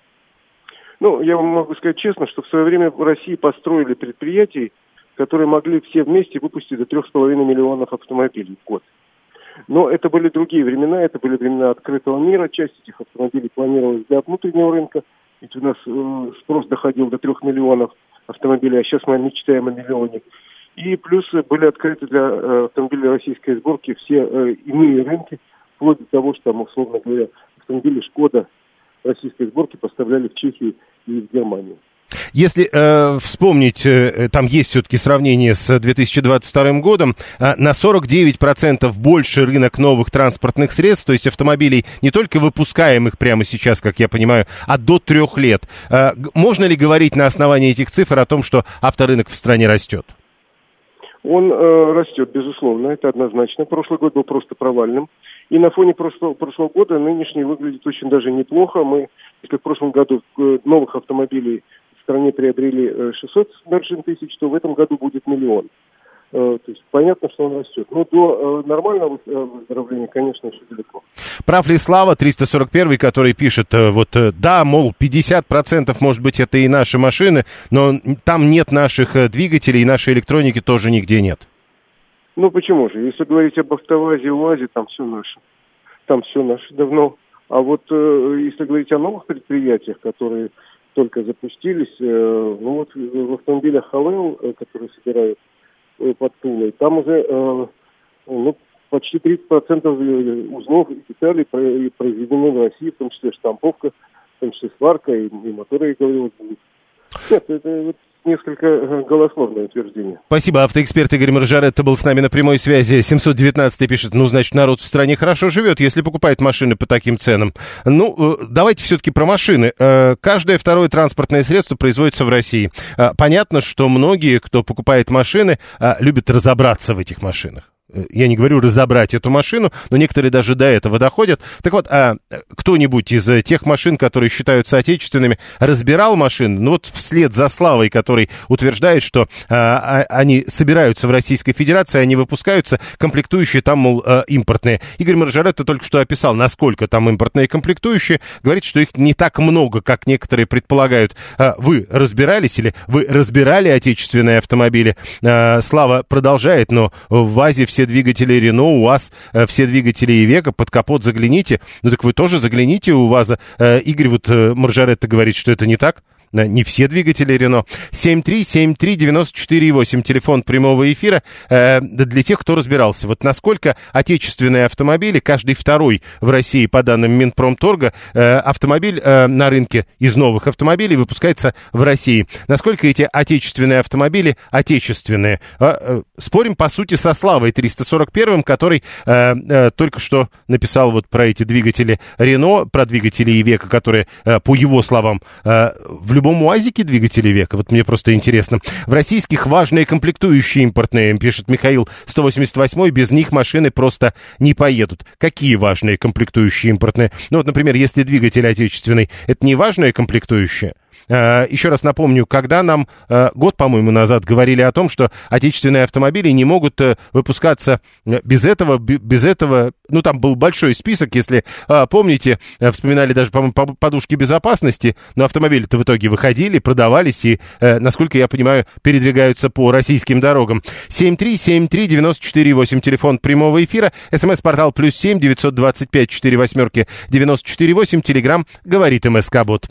Ну, я вам могу сказать честно, что в свое время в России построили предприятия, которые могли все вместе выпустить до трех с половиной миллионов автомобилей в год. Но это были другие времена, это были времена открытого мира. Часть этих автомобилей планировалась для внутреннего рынка, ведь у нас э, спрос доходил до трех миллионов автомобилей, а сейчас мы мечтаем о миллионе. И плюс были открыты для э, автомобилей российской сборки все э, иные рынки, вплоть до того, что там, условно говоря, автомобили «Шкода» российской сборки поставляли в Чехию и в Германию. Если э, вспомнить, э, там есть все-таки сравнение с две тысячи двадцать вторым годом, э, на сорок девять процентов больше рынок новых транспортных средств, то есть автомобилей, не только выпускаемых прямо сейчас, как я понимаю, а до трех лет. Э, можно ли говорить на основании этих цифр о том, что авторынок в стране растет? Он э, растет, безусловно, это однозначно. Прошлый год был просто провальным. И на фоне прошлого, прошлого года нынешний выглядит очень даже неплохо. Мы, если в прошлом году новых автомобилей в стране приобрели шестьсот тысяч, то в этом году будет миллион. То есть понятно, что он растет. Но до нормального выздоровления, конечно, еще далеко. Прав ли Слава, триста сорок первый, который пишет, вот, да, мол, пятьдесят процентов, может быть, это и наши машины, но там нет наших двигателей, и нашей электроники тоже нигде нет. Ну, почему же? Если говорить об АвтоВАЗе, УАЗе, там все наше. Там все наше давно. А вот э, если говорить о новых предприятиях, которые только запустились, э, ну вот в автомобилях ХАВЭЛ, э, которые собирают э, под Тулой, там уже э, ну, почти тридцать процентов узлов и деталей произведены в России, в том числе штамповка, в том числе сварка и, и моторы, я говорил, будут. Нет, это вот несколько голословное утверждение. Спасибо. Автоэксперт Игорь Маржаретта был с нами на прямой связи. семьсот девятнадцать пишет, ну, значит, народ в стране хорошо живет, если покупает машины по таким ценам. Ну, давайте все-таки про машины. Каждое второе транспортное средство производится в России. Понятно, что многие, кто покупает машины, любят разобраться в этих машинах. Я не говорю разобрать эту машину, но некоторые даже до этого доходят. Так вот, а кто-нибудь из тех машин, которые считаются отечественными, разбирал машины? Ну вот вслед за Славой, который утверждает, что а, они собираются в Российской Федерации, они выпускаются, комплектующие там, мол, а, импортные. Игорь Маржаретта только что описал, насколько там импортные комплектующие. Говорит, что их не так много, как некоторые предполагают. А, вы разбирались или вы разбирали отечественные автомобили? А, Слава продолжает, но в ВАЗе все двигатели Рено, УАЗ, э, все двигатели Ивеко, под капот загляните. Ну так вы тоже загляните у УАЗа. Э, Игорь вот э, Маржаретта говорит, что это не так. Не все двигатели Рено. семь три семь три девяносто четыре восемь, телефон прямого эфира. Э, для тех, кто разбирался. Вот насколько отечественные автомобили, каждый второй в России, по данным Минпромторга, э, автомобиль э, на рынке из новых автомобилей выпускается в России. Насколько эти отечественные автомобили отечественные? Э, э, спорим, по сути, со Славой триста сорок первым, который э, э, только что написал вот про эти двигатели Рено, про двигатели Ивеко, которые, э, по его словам, э, в любом В любом УАЗике двигатели Ивеко, вот мне просто интересно. В российских важные комплектующие импортные, пишет Михаил сто восемьдесят восемь, без них машины просто не поедут. Какие важные комплектующие импортные? Ну вот, например, если двигатель отечественный, это не важная комплектующая? Uh, еще раз напомню, когда нам uh, год, по-моему, назад говорили о том, что отечественные автомобили не могут uh, выпускаться без этого, без этого, ну, там был большой список, если uh, помните, uh, вспоминали даже, по-моему, подушки безопасности, но автомобили-то в итоге выходили, продавались и, uh, насколько я понимаю, передвигаются по российским дорогам. семь три семь три девяносто четыре восемь, телефон прямого эфира, смс-портал плюс семь девятьсот двадцать пять четыре восьмерки девяносто четыре восемь, телеграм говорит МСК-бот.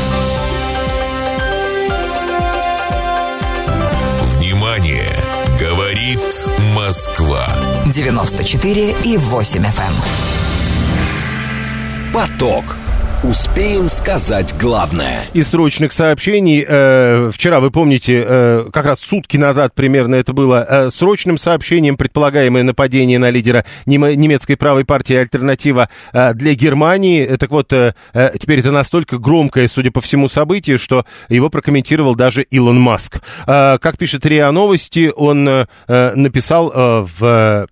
Говорит Москва. девяносто четыре и восемь эф эм. Поток. Успеем сказать главное. Из срочных сообщений. Э, вчера, вы помните, э, как раз сутки назад примерно это было э, срочным сообщением предполагаемое нападение на лидера немецкой правой партии «Альтернатива» э, для Германии. Так вот, э, э, теперь это настолько громкое, судя по всему, событие, что его прокомментировал даже Илон Маск. Э, как пишет РИА Новости, он э, написал э, в...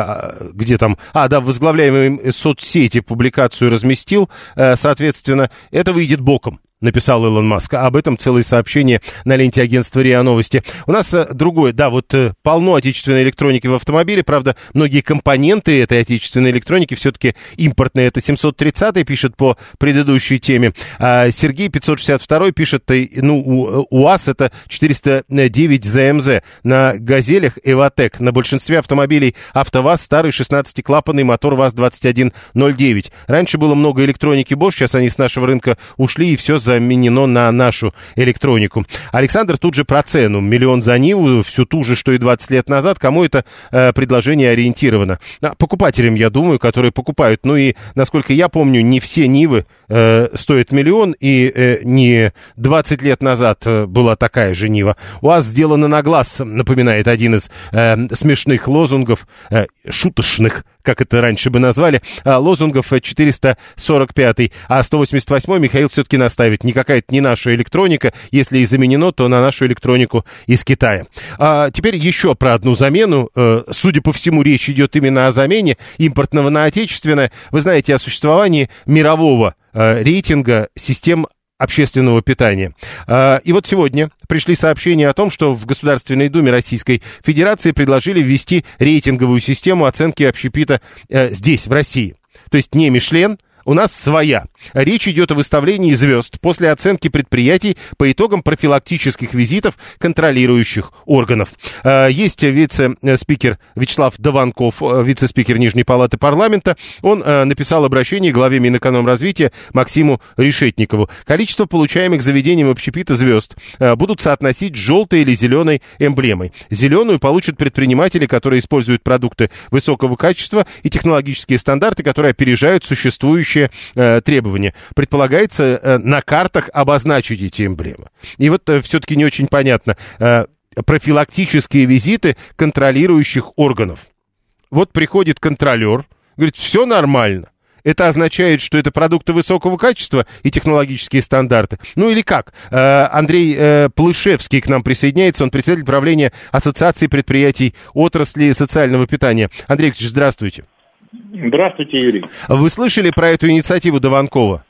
где там, а, да, в возглавляемой соцсети публикацию разместил, соответственно, это выйдет боком. Написал Илон Маск. Об этом целое сообщение на ленте агентства РИА Новости. У нас э, другое, да, вот э, полно отечественной электроники в автомобиле, правда, многие компоненты этой отечественной электроники все-таки импортные. Это семьсот тридцатый пишет по предыдущей теме. А Сергей пятьсот шестьдесят второй пишет, ну, у, УАЗ это четыреста девять зэ эм зэ. На «Газелях» Эвотек. На большинстве автомобилей АвтоВАЗ старый шестнадцатиклапанный мотор ВАЗ двадцать один ноль девять. Раньше было много электроники Bosch, сейчас они с нашего рынка ушли, и все заменено на нашу электронику. Александр тут же про цену. Миллион за Ниву, всю ту же, что и двадцать лет назад. Кому это э, предложение ориентировано? А, покупателям, я думаю, которые покупают. Ну и, насколько я помню, не все Нивы э, стоят миллион, и э, не двадцать лет назад э, была такая же Нива. УАЗ сделано на глаз, напоминает один из э, смешных лозунгов, э, шуточных, как это раньше бы назвали, э, лозунгов четыреста сорок пятый. А сто восемьдесят восьмой Михаил все-таки наставит. Никакая это не наша электроника. Если и заменено, то на нашу электронику из Китая. А теперь еще про одну замену. Э, судя по всему, речь идет именно о замене импортного на отечественное. Вы знаете о существовании мирового э, рейтинга систем общественного питания. А, и вот сегодня пришли сообщения о том, что в Государственной Думе Российской Федерации предложили ввести рейтинговую систему оценки общепита э, здесь, в России. То есть не Мишлен, у нас своя. Речь идет о выставлении звезд после оценки предприятий по итогам профилактических визитов контролирующих органов. Есть вице-спикер Вячеслав Дованков, вице-спикер Нижней Палаты Парламента. Он написал обращение главе Минэкономразвития Максиму Решетникову. Количество получаемых заведением общепита звезд будут соотносить с желтой или зеленой эмблемой. Зеленую получат предприниматели, которые используют продукты высокого качества и технологические стандарты, которые опережают существующие Э, требования. Предполагается э, на картах обозначить эти эмблемы. И вот э, все-таки не очень понятно. Э, профилактические визиты контролирующих органов. Вот приходит контролер, говорит, все нормально. Это означает, что это продукты высокого качества и технологические стандарты. Ну или как? Э, Андрей э, Плышевский к нам присоединяется. Он председатель правления Ассоциации предприятий отрасли социального питания. Андрей Викторович, здравствуйте. Здравствуйте, Юрий. Вы слышали про эту инициативу Дованкова?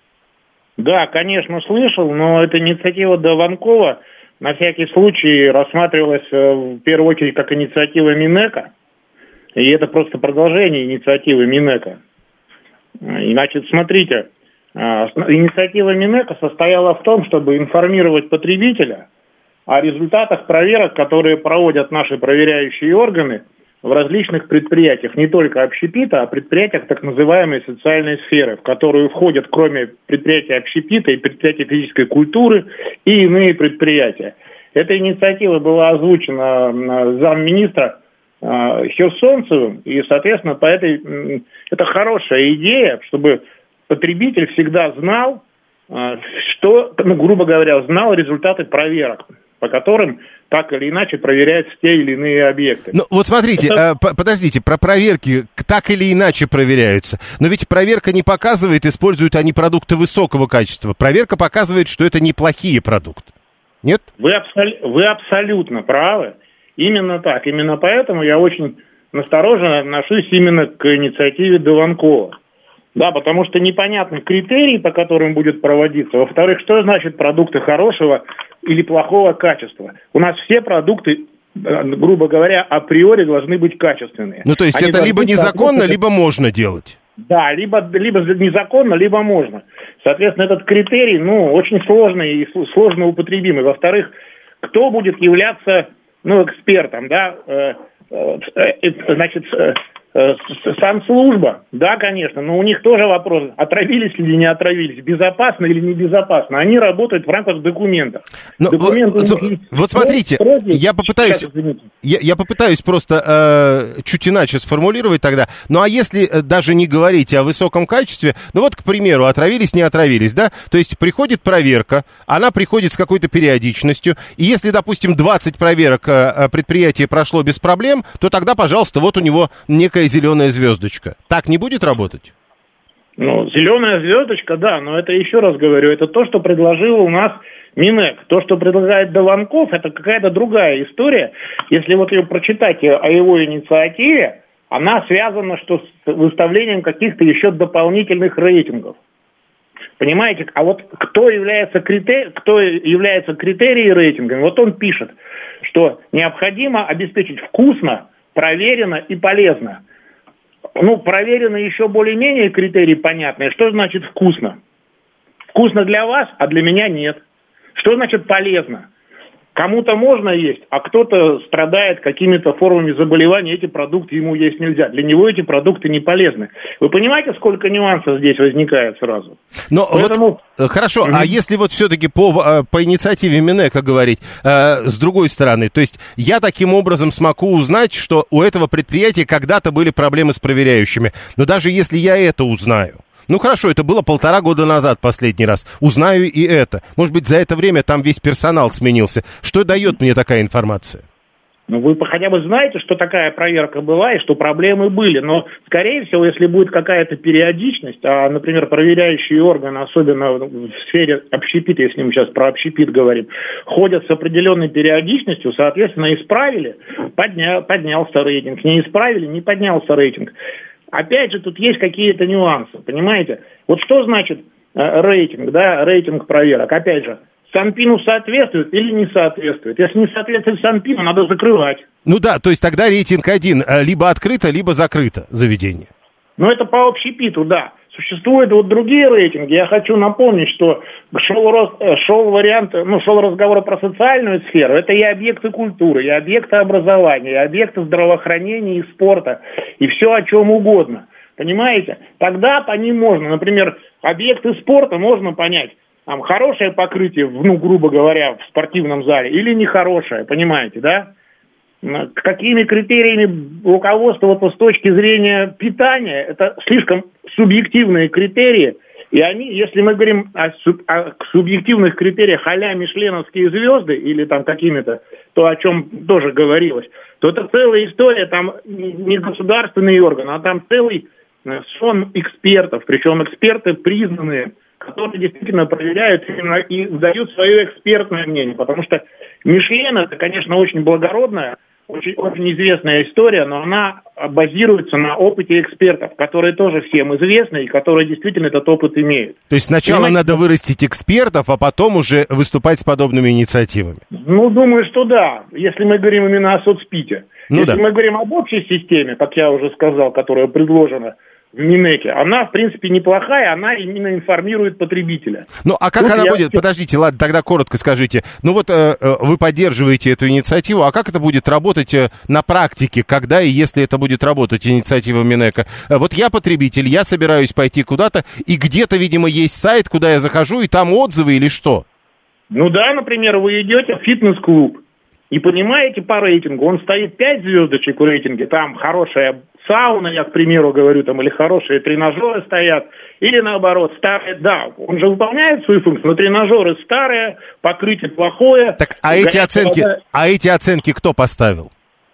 Да, конечно, слышал, но эта инициатива Дованкова на всякий случай рассматривалась в первую очередь как инициатива Минэка, и это просто продолжение инициативы Минэка. И, значит, смотрите, инициатива Минэка состояла в том, чтобы информировать потребителя о результатах проверок, которые проводят наши проверяющие органы в различных предприятиях, не только общепита, а предприятиях так называемой социальной сферы, в которую входят, кроме предприятий общепита, и предприятия физической культуры, и иные предприятия. Эта инициатива была озвучена замминистра Херсонцевым, и, соответственно, по этой, это хорошая идея, чтобы потребитель всегда знал, что, ну, грубо говоря, знал результаты проверок, по которым так или иначе проверяются те или иные объекты. Ну, вот смотрите, Это... э, подождите, про проверки так или иначе проверяются. Но ведь проверка не показывает, используют они продукты высокого качества. Проверка показывает, что это неплохие продукты. Нет? Вы, абсол... Вы абсолютно правы. Именно так. Именно поэтому я очень настороженно отношусь именно к инициативе Дованкова. Да, потому что непонятны критерии, по которым будет проводиться. Во-вторых, что значит продукты хорошего или плохого качества? У нас все продукты, грубо говоря, априори должны быть качественные. Ну, то есть Они это либо незаконно, либо можно делать? Да, либо, либо незаконно, либо можно. Соответственно, этот критерий, ну, очень сложный и сложно употребимый. Во-вторых, кто будет являться, ну, экспертом, да? Значит, санслужба, да, конечно, но у них тоже вопрос, отравились или не отравились, безопасно или небезопасно. Они работают в рамках документов. Но, Документы вот, вот смотрите, строгие, я попытаюсь, я, я попытаюсь просто э, чуть иначе сформулировать тогда. Ну, а если даже не говорить о высоком качестве, ну вот, к примеру, отравились, не отравились, да? То есть приходит проверка, она приходит с какой-то периодичностью, и если, допустим, двадцать проверок э, предприятия прошло без проблем, то тогда, пожалуйста, вот у него некая зеленая звездочка. Так не будет работать? Ну, зеленая звездочка, да, но это, еще раз говорю, это то, что предложил у нас Минэк. То, что предлагает Дованков, это какая-то другая история. Если вот ее прочитать о его инициативе, она связана что с выставлением каких-то еще дополнительных рейтингов. Понимаете? А вот кто является, критери... кто является критерием рейтинга, вот он пишет, что необходимо обеспечить вкусно, проверено и полезно. Ну, проверено еще более-менее критерии понятные. Что значит вкусно? Вкусно для вас, а для меня нет. Что значит полезно? Кому-то можно есть, а кто-то страдает какими-то формами заболеваний, эти продукты ему есть нельзя. Для него эти продукты не полезны. Вы понимаете, сколько нюансов здесь возникает сразу? Но Поэтому... вот, хорошо, mm-hmm. а если вот все-таки по, по инициативе Минэка говорить, э, с другой стороны, то есть я таким образом смогу узнать, что у этого предприятия когда-то были проблемы с проверяющими. Но даже если я это узнаю, ну хорошо, это было полтора года назад последний раз. Узнаю и это. Может быть, за это время там весь персонал сменился. Что дает мне такая информация? Ну, вы хотя бы знаете, что такая проверка была и что проблемы были. Но, скорее всего, если будет какая-то периодичность, а, например, проверяющие органы, особенно в сфере общепита, если мы сейчас про общепит говорим, ходят с определенной периодичностью, соответственно, исправили, подня... поднялся рейтинг. Не исправили, не поднялся рейтинг. Опять же, тут есть какие-то нюансы, понимаете? Вот что значит э, рейтинг, да, рейтинг проверок? Опять же, Санпину соответствует или не соответствует? Если не соответствует Санпину, надо закрывать. Ну да, то есть тогда рейтинг один, либо открыто, либо закрыто заведение. Ну это по общепиту, да. Существуют вот другие рейтинги. Я хочу напомнить, что шел, шел вариант, ну, шел разговор про социальную сферу. Это и объекты культуры, и объекты образования, и объекты здравоохранения и спорта, и все о чем угодно. Понимаете? Тогда по ним можно, например, объекты спорта можно понять, там, хорошее покрытие, ну, грубо говоря, в спортивном зале или нехорошее, понимаете, да? Какими критериями руководствоваться с точки зрения питания, это слишком субъективные критерии, и они, если мы говорим о, суб, о субъективных критериях а-ля мишленовские звезды или там какими-то, то, о чем тоже говорилось, то это целая история, там не государственный орган, а там целый сон экспертов, причем эксперты признанные, которые действительно проверяют и дают свое экспертное мнение, потому что Мишлен это, конечно, очень благородная, очень, очень известная история, но она базируется на опыте экспертов, которые тоже всем известны и которые действительно этот опыт имеют. То есть сначала Понимаете? Надо вырастить экспертов, а потом уже выступать с подобными инициативами? Ну, думаю, что да, если мы говорим именно о соцпите. Ну, если да. мы говорим об общей системе, как я уже сказал, которая предложена в Минэке, она, в принципе, неплохая, она именно информирует потребителя. Ну, а как Тут она я... будет? Подождите, ладно, тогда коротко скажите. Ну, вот э, вы поддерживаете эту инициативу, а как это будет работать э, на практике, когда и если это будет работать, инициатива Минэка? Э, вот я потребитель, я собираюсь пойти куда-то, и где-то, видимо, есть сайт, куда я захожу, и там отзывы или что? Ну да, например, вы идете в фитнес-клуб, и понимаете по рейтингу, он стоит пять звездочек в рейтинге, там хорошая сауна, я, к примеру, говорю, там, или хорошие тренажеры стоят, или наоборот, старые, да, он же выполняет свою функцию, но тренажеры старые, покрытие плохое. Так, а эти оценки, вода... а эти оценки кто поставил?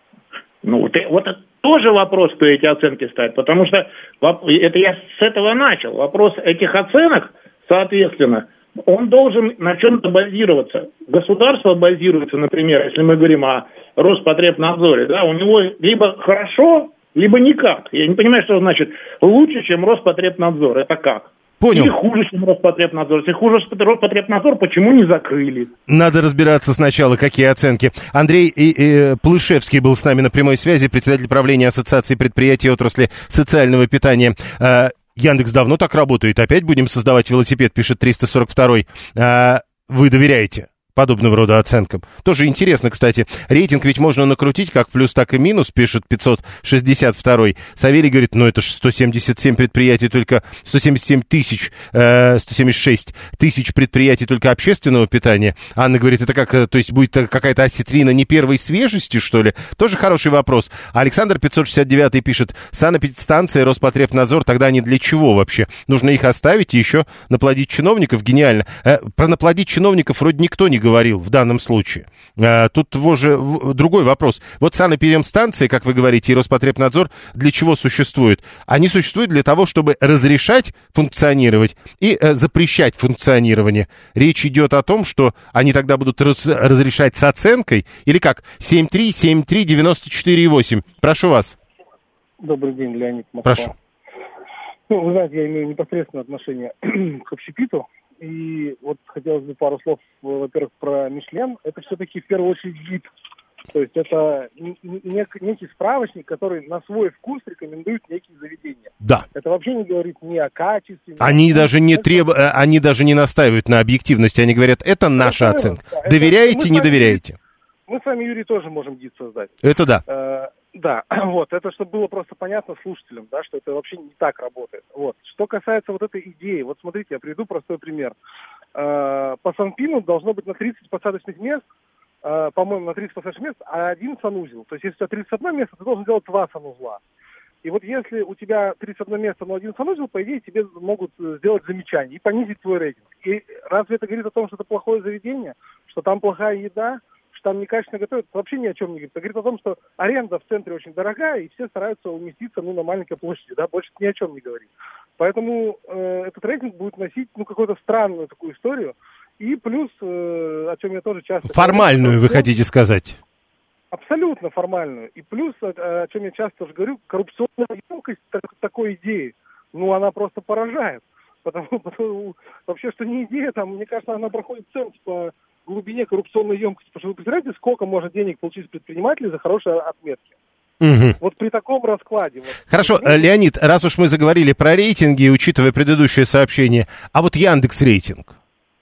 Ну, вот, вот это тоже вопрос, кто эти оценки ставит, потому что это я с этого начал. Вопрос этих оценок, соответственно, он должен на чем-то базироваться. Государство базируется, например, если мы говорим о Роспотребнадзоре, да, у него либо хорошо, либо никак. Я не понимаю, что значит лучше, чем Роспотребнадзор. Это как? Понял. Или хуже, чем Роспотребнадзор. Если хуже Роспотребнадзор, почему не закрыли? Надо разбираться сначала, какие оценки. Андрей и, и, Плышевский был с нами на прямой связи, председатель правления Ассоциации предприятий отрасли социального питания. Яндекс давно так работает. Опять будем создавать велосипед, пишет триста сорок второй. Вы доверяете подобного рода оценкам. Тоже интересно, кстати. Рейтинг ведь можно накрутить как в плюс, так и минус, пишет пятьсот шестьдесят два. Савелий говорит, ну это же сто семьдесят семь предприятий, только сто семьдесят семь тысяч, э, сто семьдесят шесть тысяч предприятий только общественного питания. Анна говорит, это как, то есть будет какая-то осетрина не первой свежести, что ли? Тоже хороший вопрос. Александр пятьсот шестьдесят девять пишет, санэпидстанция, Роспотребнадзор, тогда они для чего вообще? Нужно их оставить и еще наплодить чиновников? Гениально. Э, про наплодить чиновников вроде никто не говорил в данном случае. А, тут же другой вопрос. Вот санэпидемстанции, как вы говорите, и Роспотребнадзор для чего существуют? Они существуют для того, чтобы разрешать функционировать и э, запрещать функционирование. Речь идет о том, что они тогда будут раз, разрешать с оценкой, или как? семь три семь три девяносто четыре восемь. Прошу вас. Добрый день, Леонид, Москва. Прошу. Ну, вы знаете, я имею непосредственное отношение к общепиту. И вот хотелось бы пару слов, во-первых, про Мишлен. Это все-таки в первую очередь гид. То есть это нек- некий справочник, который на свой вкус рекомендует некие заведения. Да. Это вообще не говорит ни о качестве. Они ни даже не это... треб... они даже не настаивают на объективности. Они говорят, это наша это, оценка. Да, доверяете, это... не вами, доверяете? Мы с вами, Юрий, тоже можем гид создать. Это да. Э- Да, вот, это чтобы было просто понятно слушателям, да, что это вообще не так работает. Вот. Что касается вот этой идеи, вот смотрите, я приведу простой пример. Э, по Санпину должно быть на тридцать посадочных мест, э, по-моему, на тридцать посадочных мест, а один санузел. То есть если у тебя тридцать одно место, ты должен делать два санузла. И вот если у тебя тридцать одно место, но один санузел, по идее, тебе могут сделать замечание и понизить твой рейтинг. И разве это говорит о том, что это плохое заведение, что там плохая еда, там некачественно готовят, вообще ни о чем не говорит. Это говорит о том, что аренда в центре очень дорогая, и все стараются уместиться ну, на маленькой площади, да, больше ни о чем не говорит. Поэтому э, этот рейтинг будет носить ну, какую-то странную такую историю. И плюс, э, о чем я тоже часто... Формальную, говорю, вы хотите сказать? Абсолютно формальную. И плюс, о, о чем я часто тоже говорю, коррупционная емкость так, такой идеи, ну, она просто поражает. Потому, потому вообще, что не идея, там, мне кажется, она проходит ценз по глубине коррупционной емкости. Потому что вы представляете, сколько можно денег получить предприниматели за хорошие отметки? Угу. Вот при таком раскладе. Вот, Хорошо, вот, Леонид, раз уж мы заговорили про рейтинги, учитывая предыдущее сообщение, а вот Яндекс.Рейтинг?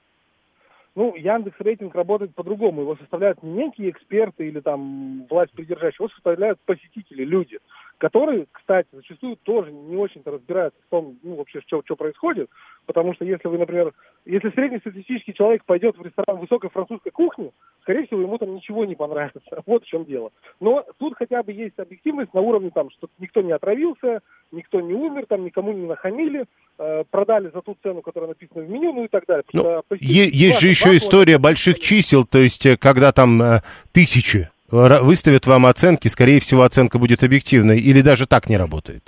Ну, Яндекс.Рейтинг работает по-другому. Его составляют не некие эксперты или там власть придержащие, его составляют посетители, люди, которые, кстати, зачастую тоже не очень-то разбираются в том, ну, вообще, что, что происходит. Потому что если вы, например, если среднестатистический человек пойдет в ресторан высокой французской кухни, скорее всего, ему там ничего не понравится. Вот в чем дело. Но тут хотя бы есть объективность на уровне, там, что никто не отравился, никто не умер, там, никому не нахамили, э, продали за ту цену, которая написана в меню, ну и так далее. Ну, е- есть же еще история больших чисел, то есть, когда там э, тысячи выставят вам оценки, скорее всего, оценка будет объективной, или даже так не работает?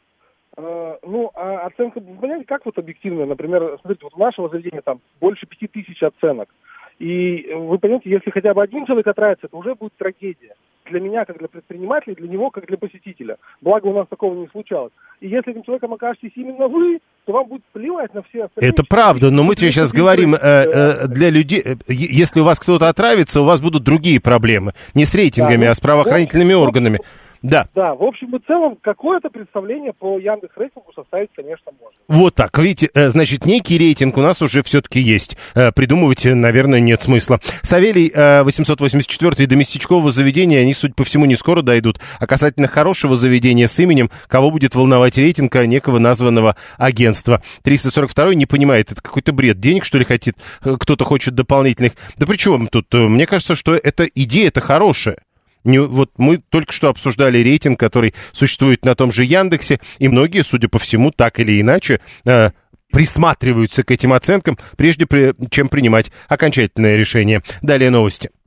Ну, а оценка, вы понимаете, как вот объективная? Например, смотрите, вот у нашего заведения там больше пяти тысяч оценок. И вы понимаете, если хотя бы один человек отравится, это уже будет трагедия. Для меня, как для предпринимателя, для него, как для посетителя. Благо, у нас такого не случалось. И если этим человеком окажетесь именно вы, то вам будет плевать на все остальные. Это правда, но мы тебе сейчас говорим, э, э, для людей, э, если у вас кто-то отравится, у вас будут другие проблемы. Не с рейтингами, да, ну, а с правоохранительными вот, органами. Да. Да, в общем и целом, какое-то представление по Яндекс.Рейтингу составить, конечно, можно. Вот так. Видите, значит, некий рейтинг у нас уже все-таки есть. Придумывать, наверное, нет смысла. Савелий, восемьсот восемьдесят четыре, до местечкового заведения, они, судя по всему, не скоро дойдут. А касательно хорошего заведения с именем, кого будет волновать рейтинг некого названного агентства? триста сорок два не понимает, это какой-то бред. Денег, что ли, хотит, кто-то хочет дополнительных? Да при чем тут? Мне кажется, что эта идея-то хорошая. Не, вот мы только что обсуждали рейтинг, который существует на том же Яндексе, и многие, судя по всему, так или иначе э, присматриваются к этим оценкам, прежде при, чем принимать окончательное решение. Далее новости.